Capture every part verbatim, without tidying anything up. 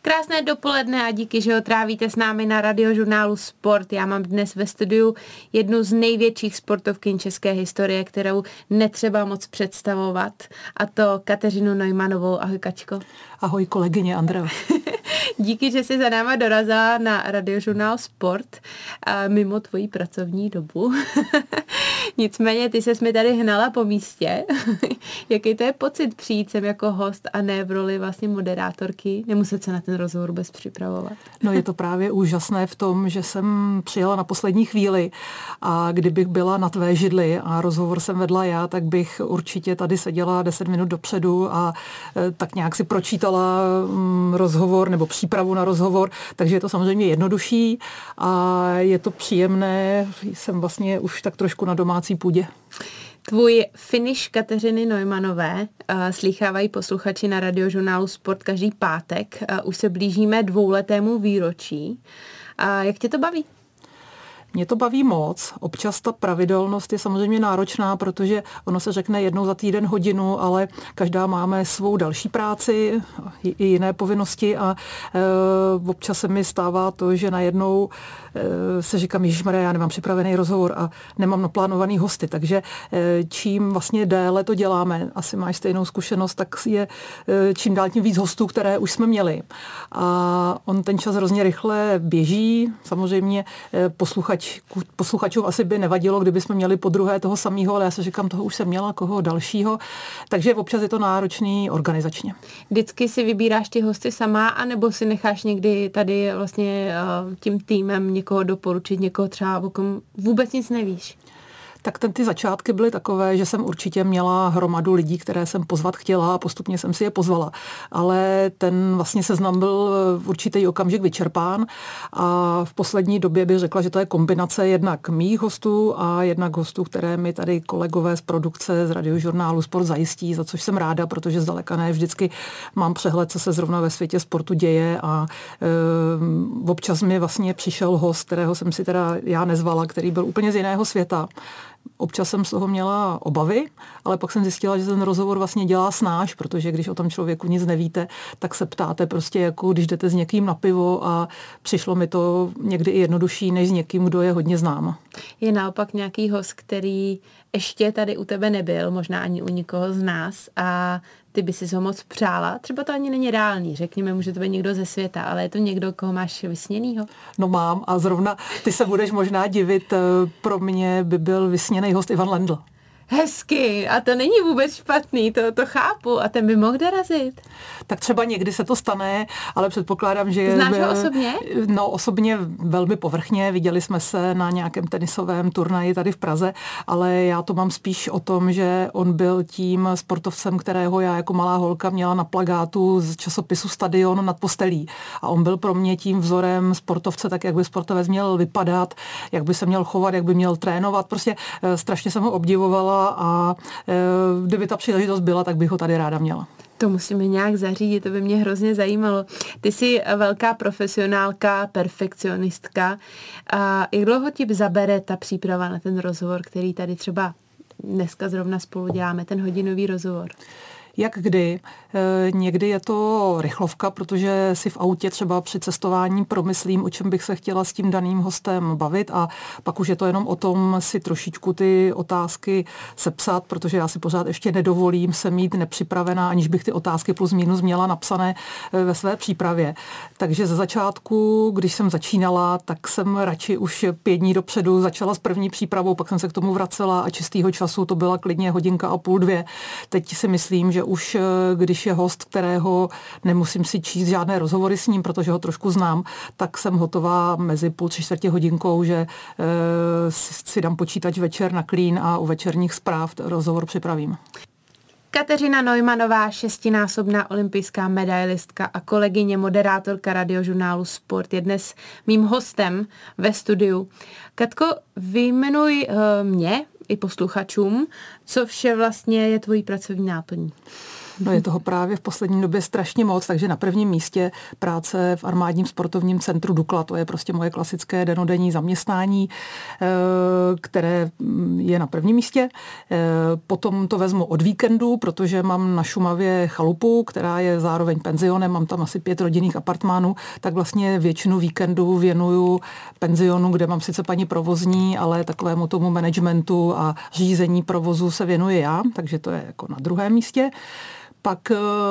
Krásné dopoledne a díky, že ho trávíte s námi na Radiožurnálu Sport. Já mám dnes ve studiu jednu z největších sportovkyň české historie, kterou netřeba moc představovat, a to Kateřinu Neumannovou. Ahoj, Kačko. Ahoj, kolegyně Andrea. Díky, že jsi za náma dorazila na Radiožurnál Sport a mimo tvoji pracovní dobu. Nicméně ty ses mi tady hnala po místě. Jaký to je pocit přijít sem jako host a ne v roli vlastně moderátorky? Nemuset se na ten rozhovor vůbec připravovat. No, je to právě úžasné v tom, že jsem přijela na poslední chvíli a kdybych byla na tvé židli a rozhovor jsem vedla já, tak bych určitě tady seděla deset minut dopředu a tak nějak si pročítala rozhovor nebo přípravu na rozhovor, takže je to samozřejmě jednodušší a je to příjemné. Jsem vlastně už tak trošku na domácí půdě. Tvůj finish Kateřiny Neumannové uh, slýchávají posluchači na Radiožurnálu Sport každý pátek. Uh, už se blížíme dvouletému výročí. Uh, jak tě to baví? Mě to baví moc. Občas ta pravidelnost je samozřejmě náročná, protože ono se řekne jednou za týden hodinu, ale každá máme svou další práci i jiné povinnosti a e, občas se mi stává to, že najednou e, se říkám, ježišmarja, já nemám připravený rozhovor a nemám naplánovaný hosty, takže e, čím vlastně déle to děláme, asi máš stejnou zkušenost, tak je e, čím dál tím víc hostů, které už jsme měli. A on ten čas hrozně rychle běží, samozřejmě e, posluchač posluchačům asi by nevadilo, kdyby jsme měli po druhé toho samého, ale já si říkám, toho už jsem měla, koho dalšího. Takže občas je to náročný organizačně. Vždycky si vybíráš ty hosty sama, anebo si necháš někdy tady vlastně tím týmem někoho doporučit, někoho třeba, o kom vůbec nic nevíš? Tak ten, ty začátky byly takové, že jsem určitě měla hromadu lidí, které jsem pozvat chtěla a postupně jsem si je pozvala. Ale ten vlastně seznam byl v určitý okamžik vyčerpán a v poslední době bych řekla, že to je kombinace jednak mých hostů a jednak hostů, které mi tady kolegové z produkce z Radiožurnálu Sport zajistí, za což jsem ráda, protože zdaleka ne vždycky mám přehled, co se zrovna ve světě sportu děje a e, občas mi vlastně přišel host, kterého jsem si teda já nezvala, který byl úplně z jiného světa. Občas jsem z toho měla obavy, ale pak jsem zjistila, že ten rozhovor vlastně dělá snáš, protože když o tom člověku nic nevíte, tak se ptáte prostě jako když jdete s někým na pivo a přišlo mi to někdy i jednodušší, než s někým, kdo je hodně znám. Je naopak nějaký host, který ještě tady u tebe nebyl, možná ani u nikoho z nás a ty by si ho moc přála. Třeba to ani není reálný. Řekněme, může to být někdo ze světa, ale je to někdo, koho máš vysněnýho? No mám a zrovna ty se budeš možná divit, pro mě by byl vysněný host Ivan Lendl. Hezky. A to není vůbec špatný, to, to chápu. A ten by mohl dorazit? Tak třeba někdy se to stane, ale předpokládám, že... Znáš ho osobně? No osobně velmi povrchně. Viděli jsme se na nějakém tenisovém turnaji tady v Praze, ale já to mám spíš o tom, že on byl tím sportovcem, kterého já jako malá holka měla na plakátu z časopisu Stadion nad postelí. A on byl pro mě tím vzorem sportovce, tak jak by sportovec měl vypadat, jak by se měl chovat, jak by měl trénovat. Prostě strašně jsem ho obdivovala a e, kdyby ta příležitost byla, tak bych ho tady ráda měla. To musíme nějak zařídit, to by mě hrozně zajímalo. Ty jsi velká profesionálka, perfekcionistka. A jak dlouho ti zabere ta příprava na ten rozhovor, který tady třeba dneska zrovna spolu děláme, ten hodinový rozhovor? Jak kdy. E, někdy je to rychlovka, protože si v autě třeba při cestování promyslím, o čem bych se chtěla s tím daným hostem bavit a pak už je to jenom o tom si trošičku ty otázky sepsat, protože já si pořád ještě nedovolím se mít nepřipravená, aniž bych ty otázky plus minus měla napsané ve své přípravě. Takže ze začátku, když jsem začínala, tak jsem radši už pět dní dopředu začala s první přípravou, pak jsem se k tomu vracela a čistýho času to byla klidně hodinka a půl, dvě. Teď si myslím, že už když je host, kterého nemusím si číst žádné rozhovory s ním, protože ho trošku znám, tak jsem hotová mezi půl, tři čtvrtě hodinkou, že e, si dám počítač večer na klín a u večerních zpráv rozhovor připravím. Kateřina Neumannová, šestinásobná olympijská medailistka a kolegyně moderátorka Radiožurnálu Sport, je dnes mým hostem ve studiu. Katko, vyjmenuj uh, mě i posluchačům, co vše vlastně je tvojí pracovní náplní. No je toho právě v poslední době strašně moc, takže na prvním místě práce v armádním sportovním centru Dukla, to je prostě moje klasické denodenní zaměstnání, které je na prvním místě. Potom to vezmu od víkendu, protože mám na Šumavě chalupu, která je zároveň penzionem, mám tam asi pět rodinných apartmánů, tak vlastně většinu víkendu věnuju penzionu, kde mám sice paní provozní, ale takovému tomu managementu a řízení provozu se věnuji já, takže to je jako na druhém místě. Pak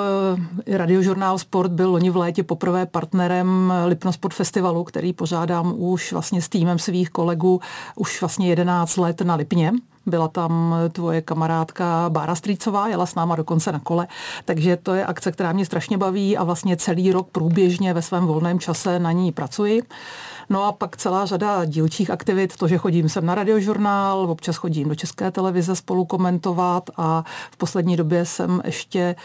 Radiožurnál Sport byl loni v létě poprvé partnerem Lipno Sport Festivalu, který pořádám už vlastně s týmem svých kolegů už vlastně jedenáct let na Lipně. Byla tam tvoje kamarádka Bára Strýcová, jela s náma dokonce na kole, takže to je akce, která mě strašně baví a vlastně celý rok průběžně ve svém volném čase na ní pracuji. No a pak celá řada dílčích aktivit, to, že chodím sem na Radiožurnál, občas chodím do České televize spolu komentovat a v poslední době jsem ještě e,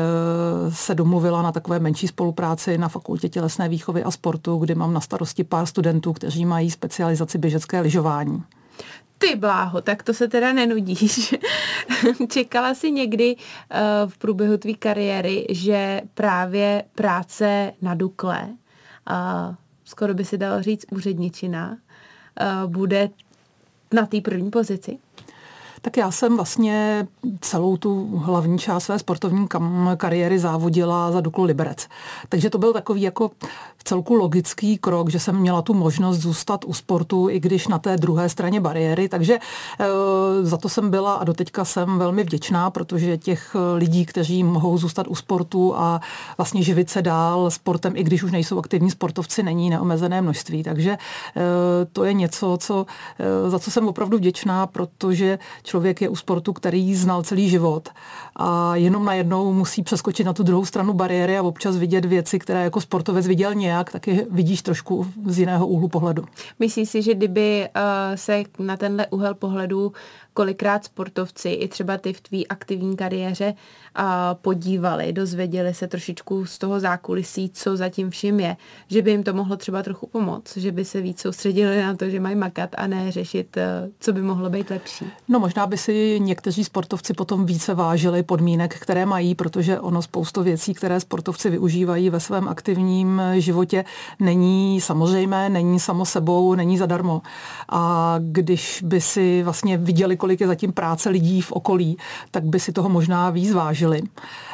se domluvila na takové menší spolupráci na Fakultě tělesné výchovy a sportu, kdy mám na starosti pár studentů, kteří mají specializaci běžecké lyžování. Ty bláho, tak to se teda nenudíš. Čekala jsi někdy uh, v průběhu tvý kariéry, že právě práce na Dukle, uh, skoro by si dalo říct úředničina, uh, bude na té první pozici? Tak já jsem vlastně celou tu hlavní část své sportovní kariéry závodila za Duklu Liberec. Takže to byl takový jako v celku logický krok, že jsem měla tu možnost zůstat u sportu, i když na té druhé straně bariéry. Takže e, za to jsem byla a doteďka jsem velmi vděčná, protože těch lidí, kteří mohou zůstat u sportu a vlastně živit se dál sportem, i když už nejsou aktivní sportovci, není neomezené množství. Takže e, to je něco, co, e, za co jsem opravdu vděčná, protože člověk je u sportu, který znal celý život a jenom najednou musí přeskočit na tu druhou stranu bariéry a občas vidět věci, které jako sportovec viděl nějak, tak je vidíš trošku z jiného úhlu pohledu. Myslíš si, že kdyby uh, se na tenhle úhel pohledu kolikrát sportovci, i třeba ty v tvý aktivní kariéře, uh, podívali, dozvěděli se trošičku z toho zákulisí, co zatím vším je, že by jim to mohlo třeba trochu pomoct, že by se víc soustředili na to, že mají makat a ne řešit, uh, co by mohlo být lepší? No možná by si někteří sportovci potom více vážili podmínek, které mají, protože ono spoustu věcí, které sportovci využívají ve svém aktivním životě, není samozřejmé, není samo sebou, není zadarmo. A když by si vlastně viděli, kolik je zatím práce lidí v okolí, tak by si toho možná víc vážili.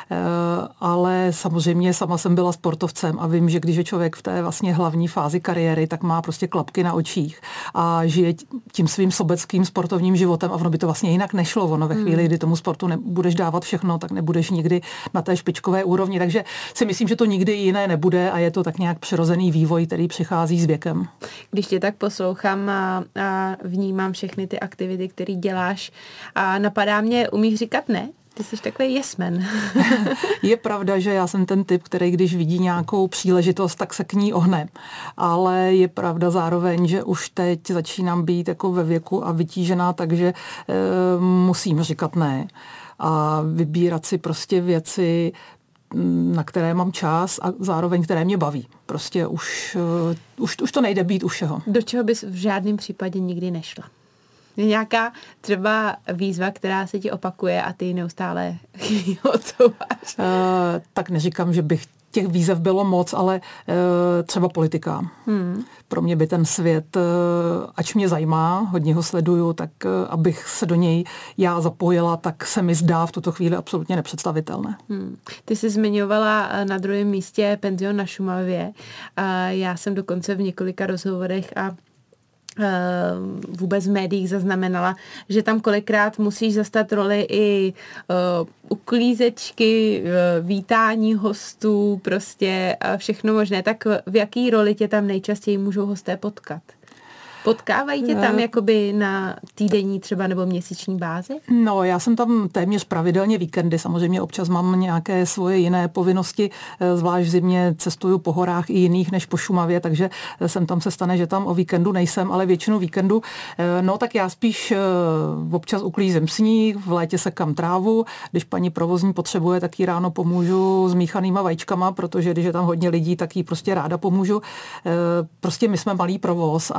Ale samozřejmě sama jsem byla sportovcem a vím, že když je člověk v té vlastně hlavní fázi kariéry, tak má prostě klapky na očích a žije tím svým sobeckým sportovním životem a ono by to vlastně jinak nešlo. Ono ve chvíli, kdy tomu sportu nebudeš dávat všechno, tak nebudeš nikdy na té špičkové úrovni. Takže si myslím, že to nikdy jiné nebude a je to tak nějak přirozený vývoj, který přichází s věkem. Když tě tak poslouchám a, a vnímám všechny ty aktivity, které děláš a napadá mě, umíš říkat ne? Ty jsi takový jesmen. Je pravda, že já jsem ten typ, který když vidí nějakou příležitost, tak se k ní ohne. Ale je pravda zároveň, že už teď začínám být jako ve věku a vytížená, takže e, musím říkat ne. A vybírat si prostě věci, na které mám čas a zároveň které mě baví. Prostě už, uh, už, už to nejde být u všeho. Do čeho bys v žádném případě nikdy nešla? Je nějaká třeba výzva, která se ti opakuje a ty neustále odsouváš? Uh, tak neříkám, že bych těch výzev bylo moc, ale uh, třeba politika. Hmm. Pro mě by ten svět, uh, ač mě zajímá, hodně ho sleduju, tak uh, abych se do něj já zapojila, tak se mi zdá v tuto chvíli absolutně nepředstavitelné. Hmm. Ty jsi zmiňovala na druhém místě penzion na Šumavě. Uh, já jsem dokonce v několika rozhovorech a vůbec v médiích zaznamenala, že tam kolikrát musíš zastat roli i uh, uklízečky, uh, vítání hostů, prostě uh, všechno možné. Tak v jaký roli tě tam nejčastěji můžou hosté potkat? Potkávají tě tam jakoby na týdenní třeba nebo měsíční bázi? No, já jsem tam téměř pravidelně víkendy. Samozřejmě občas mám nějaké svoje jiné povinnosti, zvlášť v zimě cestuju po horách i jiných než po Šumavě, takže jsem tam se stane, že tam o víkendu nejsem, ale většinu víkendu. No, tak já spíš občas uklízím sníh, v létě sekám trávu, když paní provozní potřebuje, tak jí ráno pomůžu s míchanýma vajíčkama, protože když je tam hodně lidí, tak jí prostě ráda pomůžu. Prostě my jsme malý provoz a každý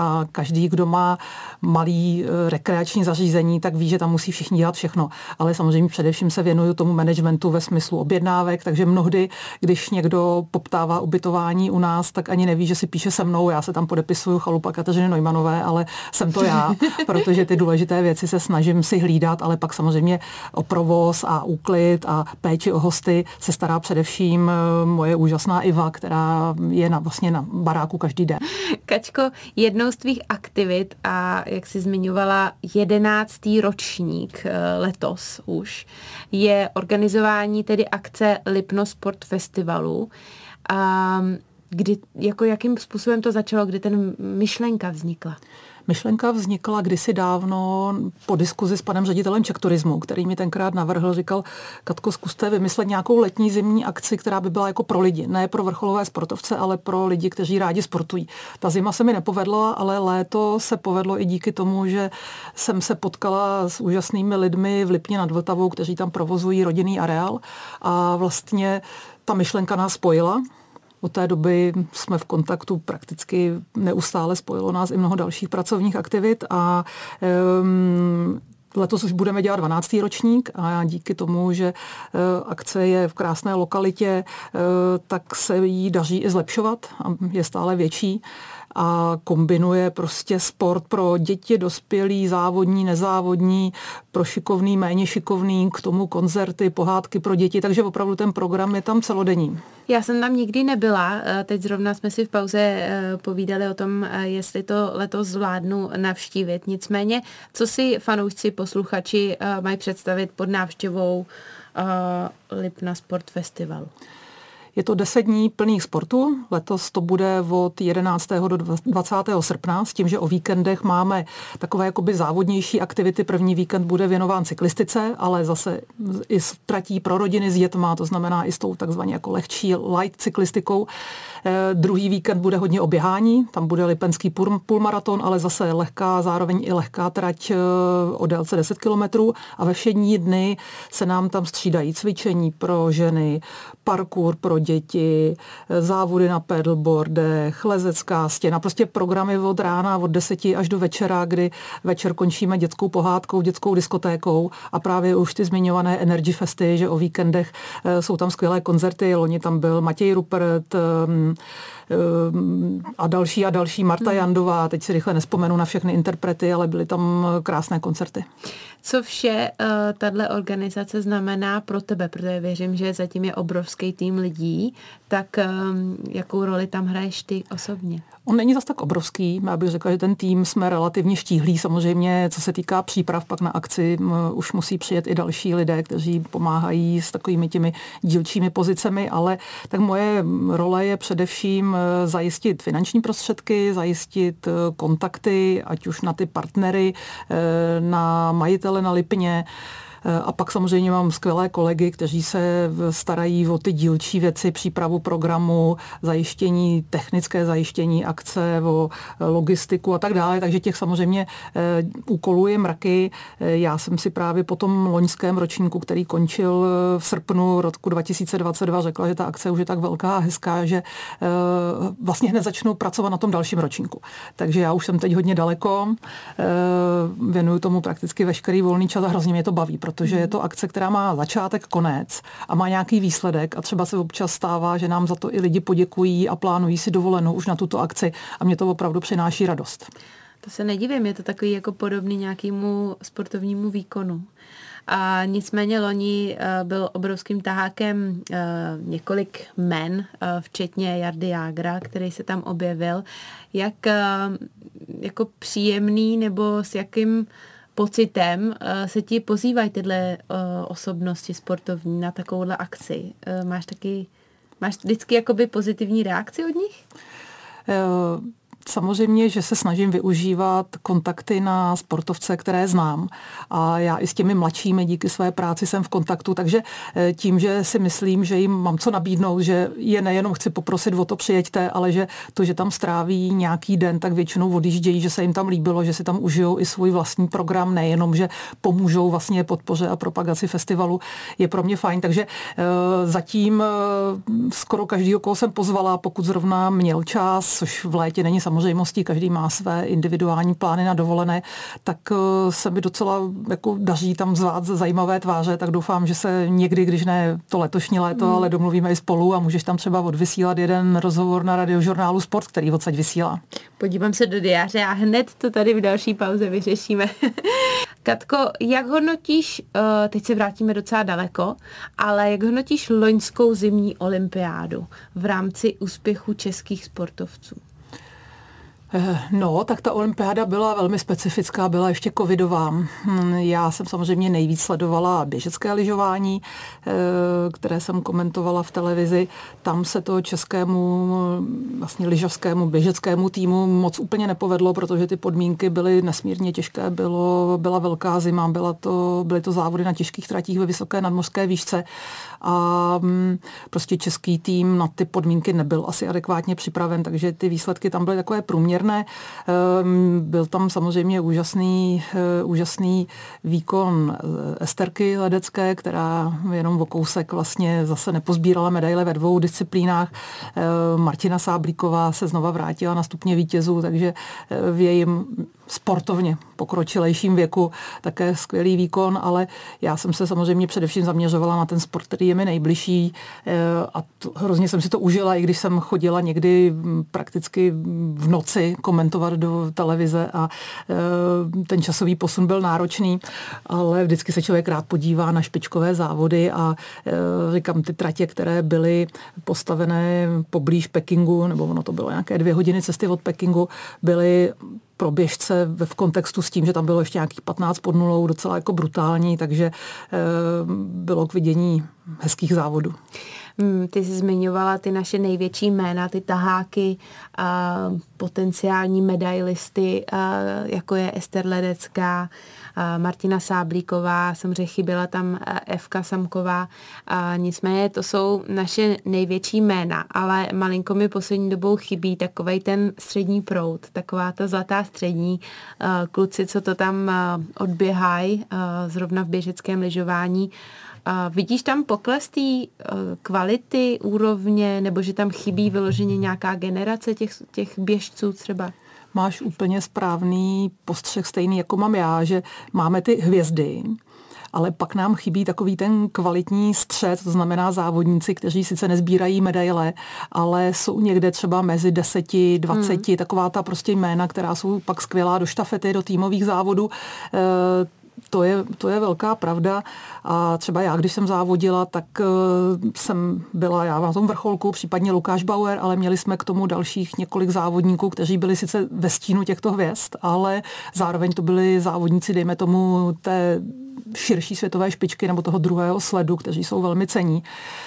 každý, kdo má malý rekreační zařízení, tak ví, že tam musí všichni dělat všechno. Ale samozřejmě především se věnuju tomu managementu ve smyslu objednávek, takže mnohdy, když někdo poptává ubytování u nás, tak ani neví, že si píše se mnou, já se tam podepisuju Chalupa Kateřiny Neumanové, ale jsem to já, protože ty důležité věci se snažím si hlídat, ale pak samozřejmě o provoz a úklid a péči o hosty se stará především moje úžasná Iva, která je na, vlastně na baráku každý den. Kačko, jednou z tvých aktivit a jak jsi zmiňovala, jedenáctý ročník letos už je organizování tedy akce Lipno Sport Festivalu. A kdy, jako jakým způsobem to začalo, kdy ten myšlenka vznikla? Myšlenka vznikla kdysi dávno po diskuzi s panem ředitelem Czech Turismu, který mi tenkrát navrhl, říkal, Katko, zkuste vymyslet nějakou letní zimní akci, která by byla jako pro lidi, ne pro vrcholové sportovce, ale pro lidi, kteří rádi sportují. Ta zima se mi nepovedla, ale léto se povedlo i díky tomu, že jsem se potkala s úžasnými lidmi v Lipně nad Vltavou, kteří tam provozují rodinný areál a vlastně ta myšlenka nás spojila. Od té doby jsme v kontaktu prakticky neustále, spojilo nás i mnoho dalších pracovních aktivit a um, letos už budeme dělat dvanáctý ročník a díky tomu, že uh, akce je v krásné lokalitě, uh, tak se jí daří i zlepšovat a je stále větší a kombinuje prostě sport pro děti, dospělí, závodní, nezávodní, pro šikovný, méně šikovný, k tomu koncerty, pohádky pro děti, takže opravdu ten program je tam celodenní. Já jsem tam nikdy nebyla, teď zrovna jsme si v pauze povídali o tom, jestli to letos zvládnu navštívit. Nicméně, co si fanoušci, posluchači mají představit pod návštěvou Lipna Sport Festivalu? Je to deset dní plných sportu. Letos to bude od jedenáctého do dvacátého srpna s tím, že o víkendech máme takové jakoby závodnější aktivity. První víkend bude věnován cyklistice, ale zase i s tratí pro rodiny s dětma, to znamená i s tou takzvaně jako lehčí light cyklistikou. Eh, druhý víkend bude hodně o běhání, tam bude lipenský půlmaraton, ale zase lehká, zároveň i lehká trať eh, o délce deset kilometrů a ve všední dny se nám tam střídají cvičení pro ženy, parkour pro děti, závody na paddleboardech, lezecká stěna, prostě programy od rána, od deseti až do večera, kdy večer končíme dětskou pohádkou, dětskou diskotékou a právě už ty zmiňované Energy Festy, že o víkendech jsou tam skvělé koncerty, loni tam byl Matěj Rupert a další a další, Marta Jandová, teď si rychle nespomenu na všechny interprety, ale byly tam krásné koncerty. Co vše uh, tato organizace znamená pro tebe, protože věřím, že zatím je obrovský tým lidí, tak um, jakou roli tam hraješ ty osobně? On není zas tak obrovský, já bych řekla, že ten tým jsme relativně štíhlí, samozřejmě, co se týká příprav, pak na akci m, už musí přijet i další lidé, kteří pomáhají s takovými těmi dílčími pozicemi, ale tak moje role je především zajistit finanční prostředky, zajistit kontakty, ať už na ty partnery, na majitele na Lipně. A pak samozřejmě mám skvělé kolegy, kteří se starají o ty dílčí věci, přípravu programu, zajištění, technické zajištění akce, o logistiku a tak dále. Takže těch samozřejmě úkolů je mraky. Já jsem si právě po tom loňském ročníku, který končil v srpnu roku dva tisíce dvacet dva, řekla, že ta akce už je tak velká a hezká, že vlastně hned začnu pracovat na tom dalším ročníku. Takže já už jsem teď hodně daleko, věnuju tomu prakticky veškerý volný čas a hrozně mě to baví, protože je to akce, která má začátek, konec a má nějaký výsledek a třeba se občas stává, že nám za to i lidi poděkují a plánují si dovolenou už na tuto akci a mě to opravdu přináší radost. To se nedivím, je to takový jako podobný nějakému sportovnímu výkonu. A nicméně loni byl obrovským tahákem několik men, včetně Jardy Jágra, který se tam objevil. Jak jako příjemný nebo s jakým pocitem se ti pozývají tyhle osobnosti sportovní na takovouhle akci? Máš taky, máš vždycky jakoby pozitivní reakci od nich? Uh... Samozřejmě, že se snažím využívat kontakty na sportovce, které znám. A já i s těmi mladšími díky své práci jsem v kontaktu, takže tím, že si myslím, že jim mám co nabídnout, že je nejenom chci poprosit o to přijeďte, ale že to, že tam stráví nějaký den, tak většinou odjíždějí, že se jim tam líbilo, že si tam užijou i svůj vlastní program, nejenom, že pomůžou vlastně podpoře a propagaci festivalu, je pro mě fajn. Takže zatím skoro každýho, koho jsem pozvala, pokud zrovna měl čas, což v létě není samozřejmě samozřejmostí, každý má své individuální plány na dovolené, tak se mi docela jako daří tam zvát zajímavé tváře, tak doufám, že se někdy, když ne to letošní léto, mm. ale domluvíme i spolu a můžeš tam třeba odvysílat jeden rozhovor na Radiožurnálu Sport, který odsaď vysílá. Podívám se do diáře a hned to tady v další pauze vyřešíme. Katko, jak hodnotíš, teď se vrátíme docela daleko, ale jak hodnotíš loňskou zimní olympiádu v rámci úspěchu českých sportovců? No, tak ta olympiáda byla velmi specifická, byla ještě covidová. Já jsem samozřejmě nejvíc sledovala běžecké lyžování, které jsem komentovala v televizi. Tam se to českému vlastně lyžařskému běžeckému týmu moc úplně nepovedlo, protože ty podmínky byly nesmírně těžké. Bylo, byla velká zima, byla to, byly to závody na těžkých tratích ve vysoké nadmořské výšce a prostě český tým na ty podmínky nebyl asi adekvátně připraven, takže ty výsledky tam byly takové průměrné. Byl tam samozřejmě úžasný, úžasný výkon Esterky Ledecké, která jenom o kousek vlastně zase nepozbírala medaile ve dvou disciplínách. Martina Sáblíková se znova vrátila na stupně vítězů, takže v jejím sportovně pokročilejším věku také skvělý výkon, ale já jsem se samozřejmě především zaměřovala na ten sport, který je mi nejbližší a to, hrozně jsem si to užila, i když jsem chodila někdy prakticky v noci komentovat do televize a ten časový posun byl náročný, ale vždycky se člověk rád podívá na špičkové závody a říkám, ty tratě, které byly postavené poblíž Pekingu, nebo ono to bylo nějaké dvě hodiny cesty od Pekingu, byly pro běžce v kontextu s tím, že tam bylo ještě nějakých patnáct pod nulou, docela jako brutální, takže e, bylo k vidění hezkých závodů. Ty jsi zmiňovala ty naše největší jména, ty taháky, a potenciální medailisty, a jako je Ester Ledecká, a Martina Sáblíková, samozřejmě chyběla tam Evka Samková. A nicméně to jsou naše největší jména, ale malinko mi poslední dobou chybí takovej ten střední proud, taková ta zlatá střední, kluci, co to tam odběhají, zrovna v běžeckém lyžování. A vidíš tam pokles té kvality, úrovně, nebo že tam chybí vyloženě nějaká generace těch, těch běžců třeba? Máš úplně správný postřeh, stejný jako mám já, že máme ty hvězdy, ale pak nám chybí takový ten kvalitní střed, to znamená závodníci, kteří sice nezbírají medaile, ale jsou někde třeba mezi deseti, dvaceti, hmm. taková ta prostě jména, která jsou pak skvělá do štafety, do týmových závodů. To je, to je velká pravda a třeba já, když jsem závodila, tak uh, jsem byla já na tom vrcholku, případně Lukáš Bauer, ale měli jsme k tomu dalších několik závodníků, kteří byli sice ve stínu těchto hvězd, ale zároveň to byli závodníci, dejme tomu, té širší světové špičky nebo toho druhého sledu, kteří jsou velmi cenní.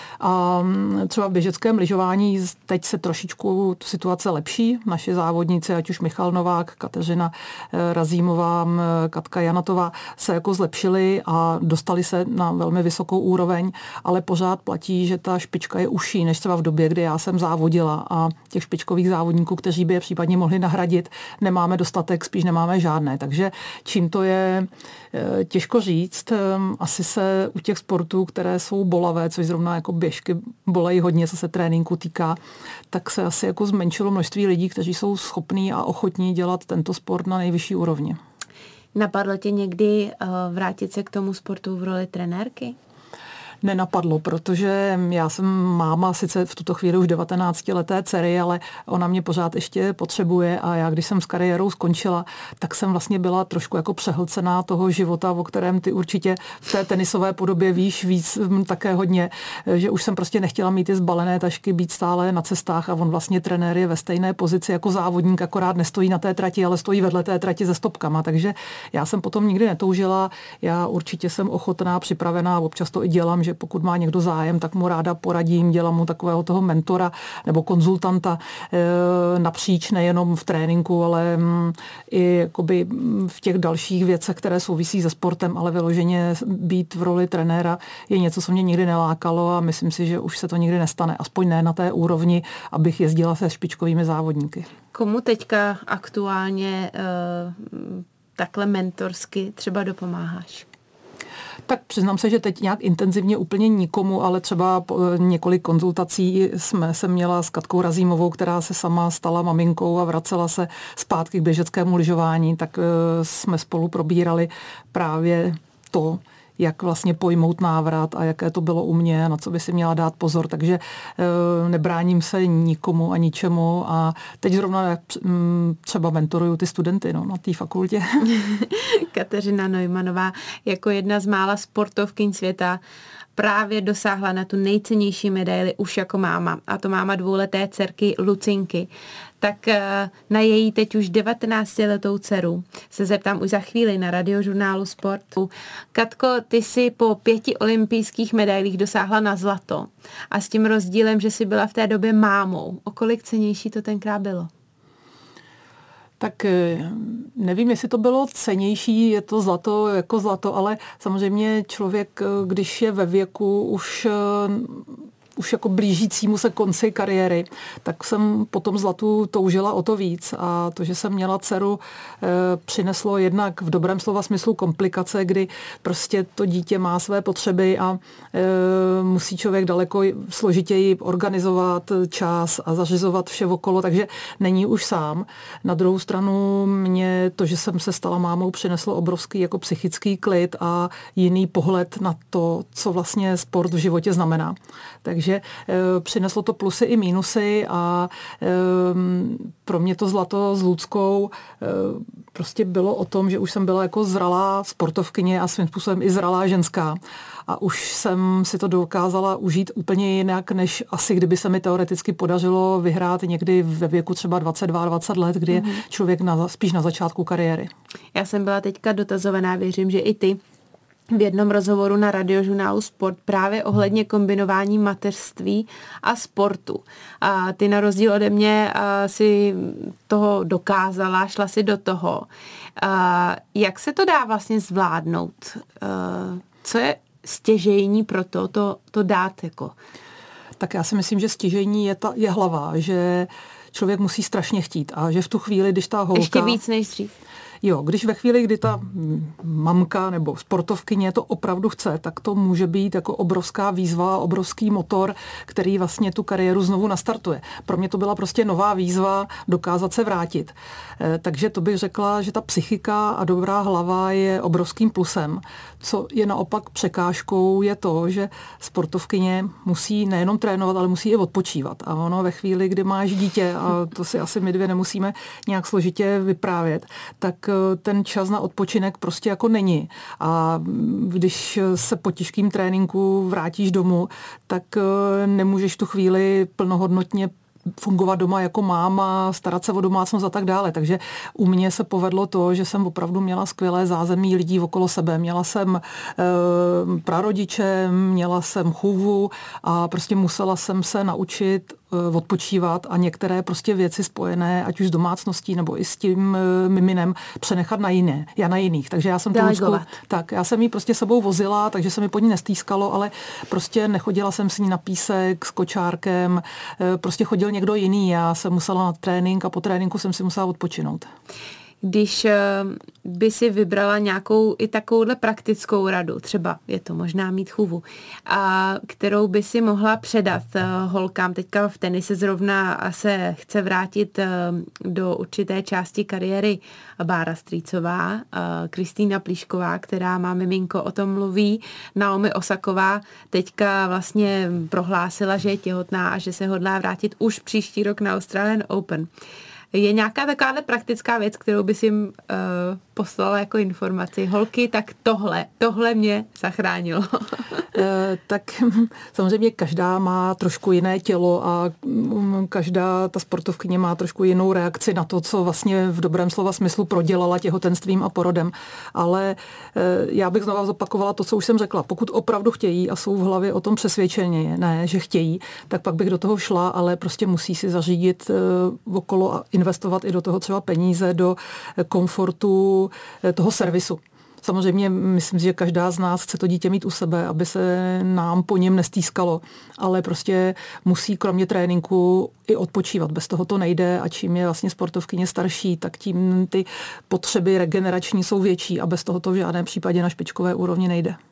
A třeba v běžeckém lyžování teď se trošičku situace lepší. Naši závodníci, ať už Michal Novák, Kateřina Razímová, Katka Janatová, se jako zlepšili a dostali se na velmi vysokou úroveň, ale pořád platí, že ta špička je užší než třeba v době, kdy já jsem závodila a těch špičkových závodníků, kteří by je případně mohli nahradit, nemáme dostatek, spíš nemáme žádné. Takže čím to je těžko říct, asi se u těch sportů, které jsou bolavé, což zrovna jako běžky bolejí hodně, co se tréninku týká, tak se asi jako zmenšilo množství lidí, kteří jsou schopní a ochotní dělat tento sport na nejvyšší úrovni. Napadlo tě někdy vrátit se k tomu sportu v roli trenérky? Nenapadlo, protože já jsem máma sice v tuto chvíli už devatenáctileté dcery, ale ona mě pořád ještě potřebuje a já, když jsem s kariérou skončila, tak jsem vlastně byla trošku jako přehlcená toho života, o kterém ty určitě v té tenisové podobě víš víc také hodně, že už jsem prostě nechtěla mít ty zbalené tašky, být stále na cestách a on vlastně trenér je ve stejné pozici jako závodník, akorát nestojí na té trati, ale stojí vedle té trati se stopkama, takže já jsem potom nikdy netoužila, já určitě jsem ochotná, připravená, občas to i dělám, že pokud má někdo zájem, tak mu ráda poradím, dělám mu takového toho mentora nebo konzultanta napříč, nejenom v tréninku, ale i jakoby v těch dalších věcech, které souvisí se sportem, ale vyloženě být v roli trenéra je něco, co mě nikdy nelákalo a myslím si, že už se to nikdy nestane, aspoň ne na té úrovni, abych jezdila se špičkovými závodníky. Komu teďka aktuálně uh, takhle mentorsky třeba dopomáháš? Tak přiznám se, že teď nějak intenzivně úplně nikomu, ale třeba několik konzultací jsme se měla s Katkou Razímovou, která se sama stala maminkou a vracela se zpátky k běžeckému lyžování, tak jsme spolu probírali právě to, jak vlastně pojmout návrat a jaké to bylo u mě, na co by si měla dát pozor. Takže e, nebráním se nikomu a ničemu a teď zrovna jak třeba mentoruju ty studenty no, na té fakultě. Kateřina Neumannová jako jedna z mála sportovkyň světa právě dosáhla na tu nejcennější medaili už jako máma. A to máma dvouleté dcerky Lucinky. Tak na její teď už devatenáctiletou dceru se zeptám už za chvíli na Radiožurnálu Sport. Katko, ty jsi po pěti olympijských medailích dosáhla na zlato. A s tím rozdílem, že jsi byla v té době mámou. O kolik cennější to tenkrát bylo? Tak nevím, jestli to bylo cennější, je to zlato jako zlato, ale samozřejmě člověk, když je ve věku už už jako blížícímu se konci kariéry, tak jsem po tom zlatu toužila o to víc. A to, že jsem měla dceru, přineslo jednak v dobrém slova smyslu komplikace, kdy prostě to dítě má své potřeby a musí člověk daleko složitěji organizovat čas a zařizovat vše okolo, takže není už sám. Na druhou stranu mě to, že jsem se stala mámou, přineslo obrovský jako psychický klid a jiný pohled na to, co vlastně sport v životě znamená. Takže Takže e, přineslo to plusy i mínusy a e, pro mě to zlato s Luckou e, prostě bylo o tom, že už jsem byla jako zralá sportovkyně a svým způsobem i zralá ženská. A už jsem si to dokázala užít úplně jinak, než asi kdyby se mi teoreticky podařilo vyhrát někdy ve věku třeba dvacet dva dvacet let, kdy je mm-hmm. člověk na, spíš na začátku kariéry. Já jsem byla teďka dotazovaná, věřím, že i ty, v jednom rozhovoru na Radiožurnálu Sport právě ohledně kombinování mateřství a sportu. A ty na rozdíl ode mě si toho dokázala, šla si do toho. A jak se to dá vlastně zvládnout? A co je stěžejní pro to, to, to dát jako? Tak já si myslím, že stěžejní je, ta, je hlava, že člověk musí strašně chtít a že v tu chvíli, když ta holka... Ještě víc než dřív. Jo, když ve chvíli, kdy ta mamka nebo sportovkyně to opravdu chce, tak to může být jako obrovská výzva, obrovský motor, který vlastně tu kariéru znovu nastartuje. Pro mě to byla prostě nová výzva dokázat se vrátit. Takže to bych řekla, že ta psychika a dobrá hlava je obrovským plusem. Co je naopak překážkou, je to, že sportovkyně musí nejenom trénovat, ale musí i odpočívat. A ono ve chvíli, kdy máš dítě, a to si asi my dvě nemusíme nějak složitě vyprávět, tak ten čas na odpočinek prostě jako není. A když se po těžkým tréninku vrátíš domů, tak nemůžeš tu chvíli plnohodnotně fungovat doma jako máma, starat se o domácnost a tak dále. Takže u mě se povedlo to, že jsem opravdu měla skvělé zázemí lidí okolo sebe. Měla jsem e, prarodiče, měla jsem chůvu a prostě musela jsem se naučit e, odpočívat a některé prostě věci spojené, ať už s domácností nebo i s tím e, miminem, přenechat na jiné, já na jiných. Takže já jsem tu Lucku, tak já jsem ji prostě sebou vozila, takže se mi pod ní nestýskalo, ale prostě nechodila jsem s ní na písek s kočárkem, e, prostě chodil někdo jiný. Já jsem musela na trénink a po tréninku jsem si musela odpočinout. Když by si vybrala nějakou i takovouhle praktickou radu, třeba je to možná mít chůvu, a kterou by si mohla předat holkám, teďka v tenise zrovna se chce vrátit do určité části kariéry Bára Strýcová, Kristýna Plíšková, která má miminko, o tom mluví, Naomi Osaková teďka vlastně prohlásila, že je těhotná a že se hodlá vrátit už příští rok na Australian Open. Je nějaká takováhle praktická věc, kterou bys jim uh, poslala jako informaci? Holky, tak tohle, tohle mě zachránilo. e, tak samozřejmě každá má trošku jiné tělo a každá ta sportovkyně má trošku jinou reakci na to, co vlastně v dobrém slova smyslu prodělala těhotenstvím a porodem. Ale e, já bych znova zopakovala to, co už jsem řekla. Pokud opravdu chtějí a jsou v hlavě o tom přesvědčeně, ne, že chtějí, tak pak bych do toho šla, ale prostě musí si zařídit e, okolo a investovat i do toho třeba peníze, do komfortu toho servisu. Samozřejmě myslím, že každá z nás chce to dítě mít u sebe, aby se nám po něm nestýskalo, ale prostě musí kromě tréninku i odpočívat. Bez toho to nejde a čím je vlastně sportovkyně starší, tak tím ty potřeby regenerační jsou větší a bez toho to v žádném případě na špičkové úrovni nejde.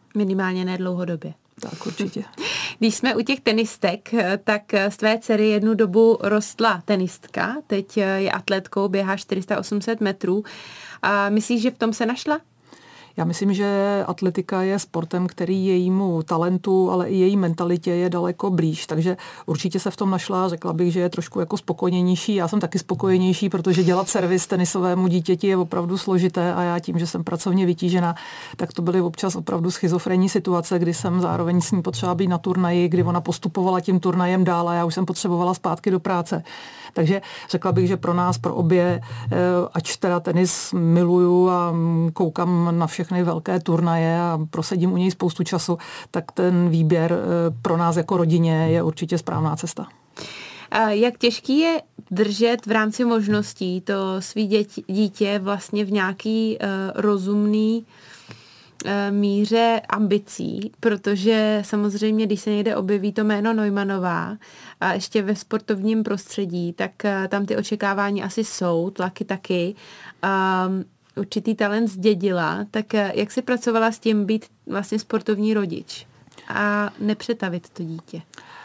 Minimálně ne dlouhodobě. Tak určitě. Když jsme u těch tenistek, tak z tvé dcery jednu dobu rostla tenistka, teď je atletkou, běhá čtyři sta osm set metrů. A myslíš, že v tom se našla? Já myslím, že atletika je sportem, který jejímu talentu, ale i její mentalitě je daleko blíž, takže určitě se v tom našla, řekla bych, že je trošku jako spokojenější. Já jsem taky spokojenější, protože dělat servis tenisovému dítěti je opravdu složité a já tím, že jsem pracovně vytížena, tak to byly občas opravdu schizofrenní situace, kdy jsem zároveň s ní potřeba být na turnaji, kdy ona postupovala tím turnajem dál a já už jsem potřebovala zpátky do práce. Takže řekla bych, že pro nás, pro obě, ač teda tenis miluju a koukám na všechny velké turnaje a prosedím u něj spoustu času, tak ten výběr pro nás jako rodině je určitě správná cesta. A jak těžký je držet v rámci možností to svý děti, dítě vlastně v nějaký uh, rozumný míře ambicí, protože samozřejmě, když se někde objeví to jméno Neumannová a ještě ve sportovním prostředí, tak tam ty očekávání asi jsou, tlaky taky. Um, určitý talent zdědila, tak jak jsi pracovala s tím být vlastně sportovní rodič a nepřetavit to dítě?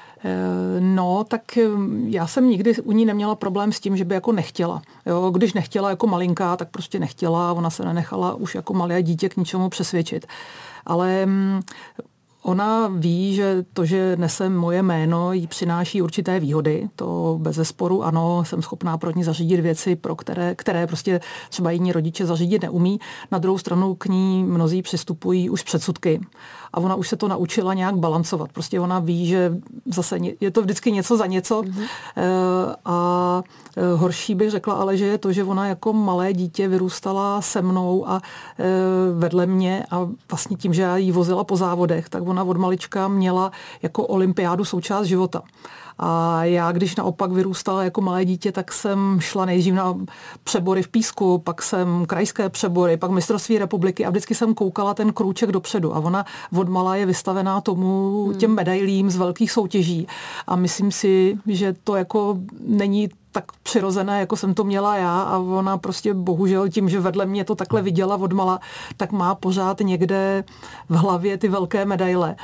No, tak já jsem nikdy u ní neměla problém s tím, že by jako nechtěla. Jo, když nechtěla jako malinká, tak prostě nechtěla, ona se nenechala už jako malé dítě k ničemu přesvědčit. Ale ona ví, že to, že nese moje jméno, jí přináší určité výhody. To bezesporu ano, jsem schopná pro ní zařídit věci, pro které, které prostě třeba jiní rodiče zařídit neumí. Na druhou stranu k ní mnozí přistupují už předsudky. A ona už se to naučila nějak balancovat. Prostě ona ví, že zase je to vždycky něco za něco. Mm-hmm. A horší bych řekla ale, že je to, že ona jako malé dítě vyrůstala se mnou a vedle mě a vlastně tím, že já jí vozila po závodech, tak ona od malička měla jako olympiádu součást života. A já, když naopak vyrůstala jako malé dítě, tak jsem šla nejdřív na přebory v písku, pak jsem krajské přebory, pak mistrovství republiky a vždycky jsem koukala ten krůček dopředu. A ona odmala je vystavená tomu těm medailím z velkých soutěží. A myslím si, že to jako není tak přirozené, jako jsem to měla já a ona prostě bohužel tím, že vedle mě to takhle viděla odmala, tak má pořád někde v hlavě ty velké medaile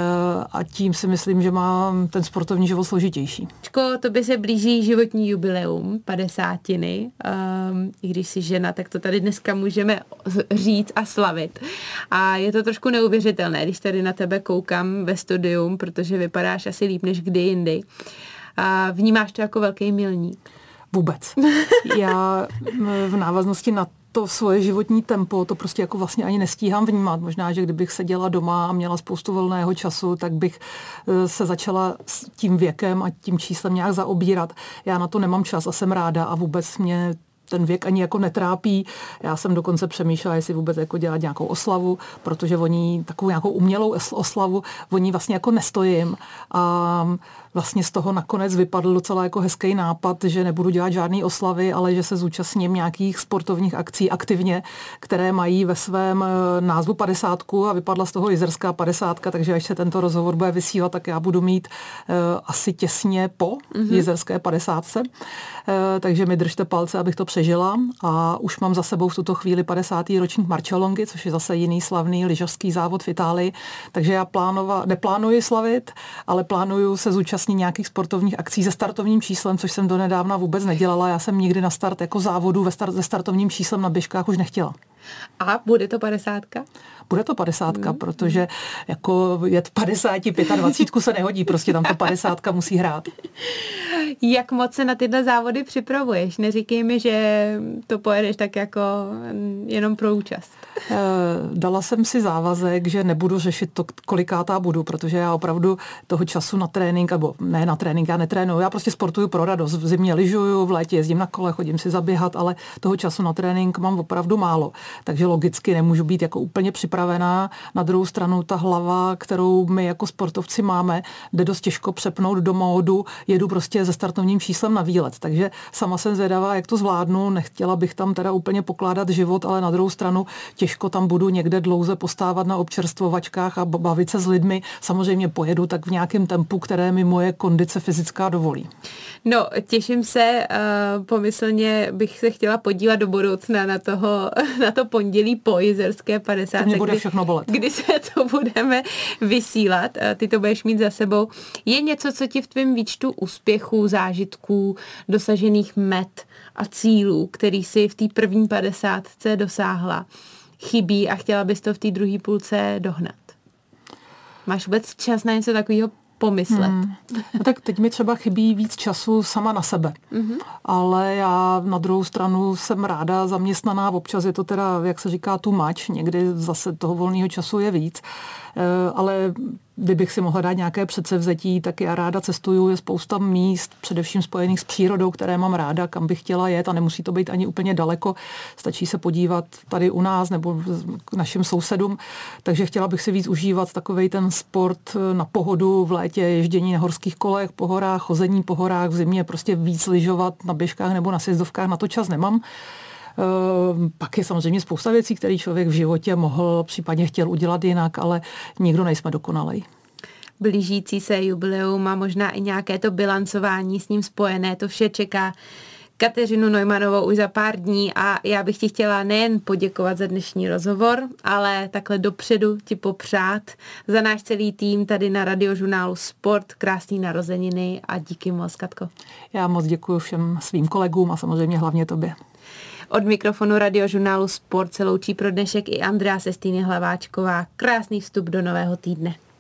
a tím si myslím, že má ten sportovní život složitější. Čko, tobě se blíží životní jubileum, padesátiny. Um, I když jsi žena, tak to tady dneska můžeme říct a slavit. A je to trošku neuvěřitelné, když tady na tebe koukám ve studium, protože vypadáš asi líp než kdy jindy. A vnímáš to jako velký milník? Vůbec. Já v návaznosti na to svoje životní tempo, to prostě jako vlastně ani nestíhám vnímat. Možná, že kdybych seděla doma a měla spoustu volného času, tak bych se začala s tím věkem a tím číslem nějak zaobírat. Já na to nemám čas a jsem ráda a vůbec mě ten věk ani jako netrápí. Já jsem dokonce přemýšlela, jestli vůbec jako dělat nějakou oslavu, protože oni takovou nějakou umělou oslavu, oni vlastně jako nestojím. A vlastně z toho nakonec vypadl docela jako hezký nápad, že nebudu dělat žádný oslavy, ale že se zúčastním nějakých sportovních akcí aktivně, které mají ve svém názvu padesátku a vypadla z toho jizerská padesátka, takže až se tento rozhovor bude vysílat, tak já budu mít uh, asi těsně po mm-hmm. jizerské padesátce. Uh, takže mi držte palce, abych to přežila a už mám za sebou v tuto chvíli padesátý ročník Marcialongy, což je zase jiný slavný lyžařský závod v Itálii, takže já plánova, neplánuji slavit, ale plánuju se zúčastnit nějakých sportovních akcí se startovním číslem, což jsem donedávna vůbec nedělala. Já jsem nikdy na start jako závodu ve start, se startovním číslem na běžkách už nechtěla. A bude to padesátka? Bude to padesátka, mm. protože jako jet padesáti, dvacet pět se nehodí, prostě tam to padesátka musí hrát. Jak moc se na tyhle závody připravuješ? Neříkej mi, že to pojedeš tak jako jenom pro účast. Dala jsem si závazek, že nebudu řešit to, kolikátá budu, protože já opravdu toho času na trénink, nebo ne na trénink, já netrénuju, já prostě sportuju pro radost. V zimě lyžuju, v létě jezdím na kole, chodím si zaběhat, ale toho času na trénink mám opravdu málo. Takže logicky nemůžu být jako úplně připravená. Na druhou stranu ta hlava, kterou my jako sportovci máme, jde dost těžko přepnout do módu, jedu prostě se startovním číslem na výlet. Takže sama jsem zvědavá, jak to zvládnu. Nechtěla bych tam teda úplně pokládat život, ale na druhou stranu těžko tam budu někde dlouze postávat na občerstvovačkách a bavit se s lidmi. Samozřejmě pojedu tak v nějakém tempu, které mi moje kondice fyzická dovolí. No, těším se, uh, pomyslně bych se chtěla podívat do budoucna na toho, na to to pondělí po jizerské padesátce. To mě bude všechno bolet. Kdy se to budeme vysílat. Ty to budeš mít za sebou. Je něco, co ti v tvém výčtu úspěchů, zážitků, dosažených met a cílů, který si v té první padesátce dosáhla, chybí a chtěla bys to v té druhé půlce dohnat? Máš vůbec čas na něco takového pomyslet? Hmm. No tak teď mi třeba chybí víc času sama na sebe. Mm-hmm. Ale já na druhou stranu jsem ráda zaměstnaná. Občas je to teda, jak se říká, too much. Někdy zase toho volného času je víc. Ale kdybych si mohla dát nějaké předsevzetí, tak já ráda cestuju, je spousta míst, především spojených s přírodou, které mám ráda, kam bych chtěla jet a nemusí to být ani úplně daleko. Stačí se podívat tady u nás nebo k našim sousedům. Takže chtěla bych si víc užívat takovej ten sport na pohodu v létě, ježdění na horských kolech, po horách, chození po horách, v zimě prostě víc lyžovat na běžkách nebo na sjezdovkách, na to čas nemám. Pak je samozřejmě spousta věcí, které člověk v životě mohl, případně chtěl udělat jinak, ale nikdo nejsme dokonalej. Blížící se jubileum a možná i nějaké to bilancování s ním spojené, to vše čeká Kateřinu Neumannovou už za pár dní a já bych ti chtěla nejen poděkovat za dnešní rozhovor, ale takhle dopředu ti popřát za náš celý tým tady na Radiožurnálu Sport, krásný narozeniny a díky moc, Katko. Já moc děkuji všem svým kolegům a samozřejmě hlavně tobě. Od mikrofonu Radiožurnálu Sport se loučí pro dnešek i Andrea Sestýny Hlaváčková. Krásný vstup do nového týdne.